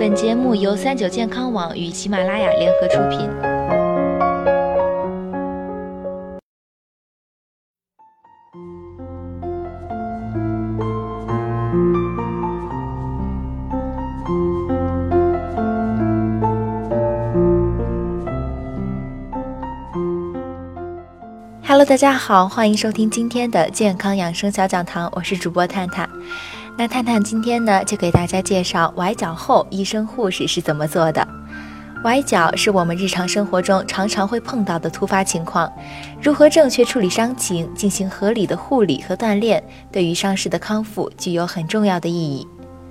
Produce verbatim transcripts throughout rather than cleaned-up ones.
本节目由三九健康网与喜马拉雅联合出品。Hello， 大家好，欢迎收听今天的健康养生小讲堂，我是主播探探。那探探今天呢，就给大家介绍崴脚后医生护士是怎么做的。崴脚是我们日常生活中常常会碰到的突发情况，如何正确处理伤情，进行合理的护理和锻炼，对于伤势的康复具有很重要的意义。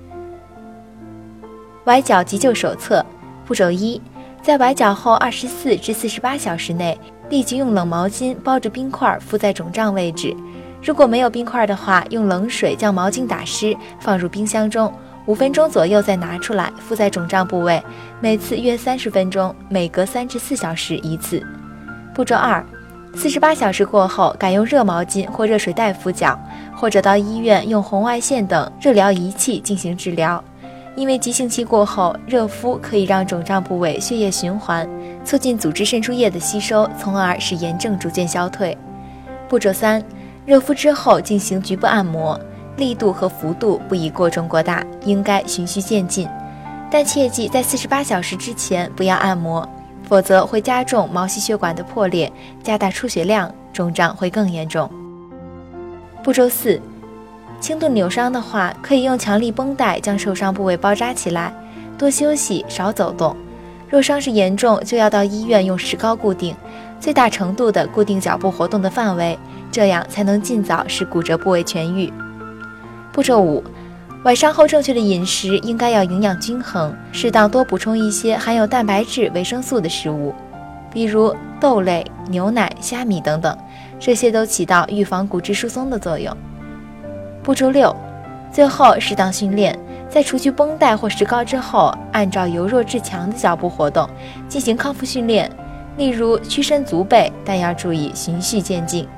崴脚急救手册步骤一，在崴脚后二十四至四十八小时内，立即用冷毛巾包着冰块敷在肿胀位置，如果没有冰块的话，用冷水将毛巾打湿，放入冰箱中，五分钟左右再拿出来敷在肿胀部位，每次约三十分钟，每隔三至四小时一次。步骤二，四十八小时过后，改用热毛巾或热水袋敷脚，或者到医院用红外线等热疗仪器进行治疗。因为急性期过后，热敷可以让肿胀部位血液循环，促进组织渗出液的吸收，从而使炎症逐渐消退。步骤三，热敷之后进行局部按摩，力度和幅度不宜过重过大，应该循序渐进，但切记在四十八小时之前不要按摩，否则会加重毛细血管的破裂，加大出血量，肿胀会更严重。步骤四，轻度扭伤的话，可以用强力绷带将受伤部位包扎起来，多休息，少走动。若伤势严重，就要到医院用石膏固定，最大程度的固定脚部活动的范围，这样才能尽早使骨折部位痊愈。步骤五，崴伤后正确的饮食应该要营养均衡，适当多补充一些含有蛋白质、维生素的食物，比如豆类、牛奶、虾米等等，这些都起到预防骨质疏松的作用。步骤六，最后适当训练，在除去绷带或石膏之后，按照由弱至强的脚部活动进行康复训练，例如屈伸足背，但要注意循序渐进。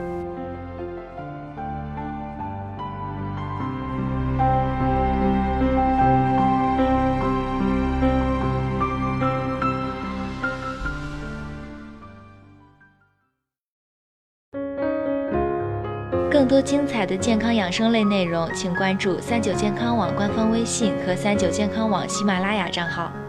更多精彩的健康养生类内容，请关注三九健康网官方微信和三九健康网喜马拉雅账号。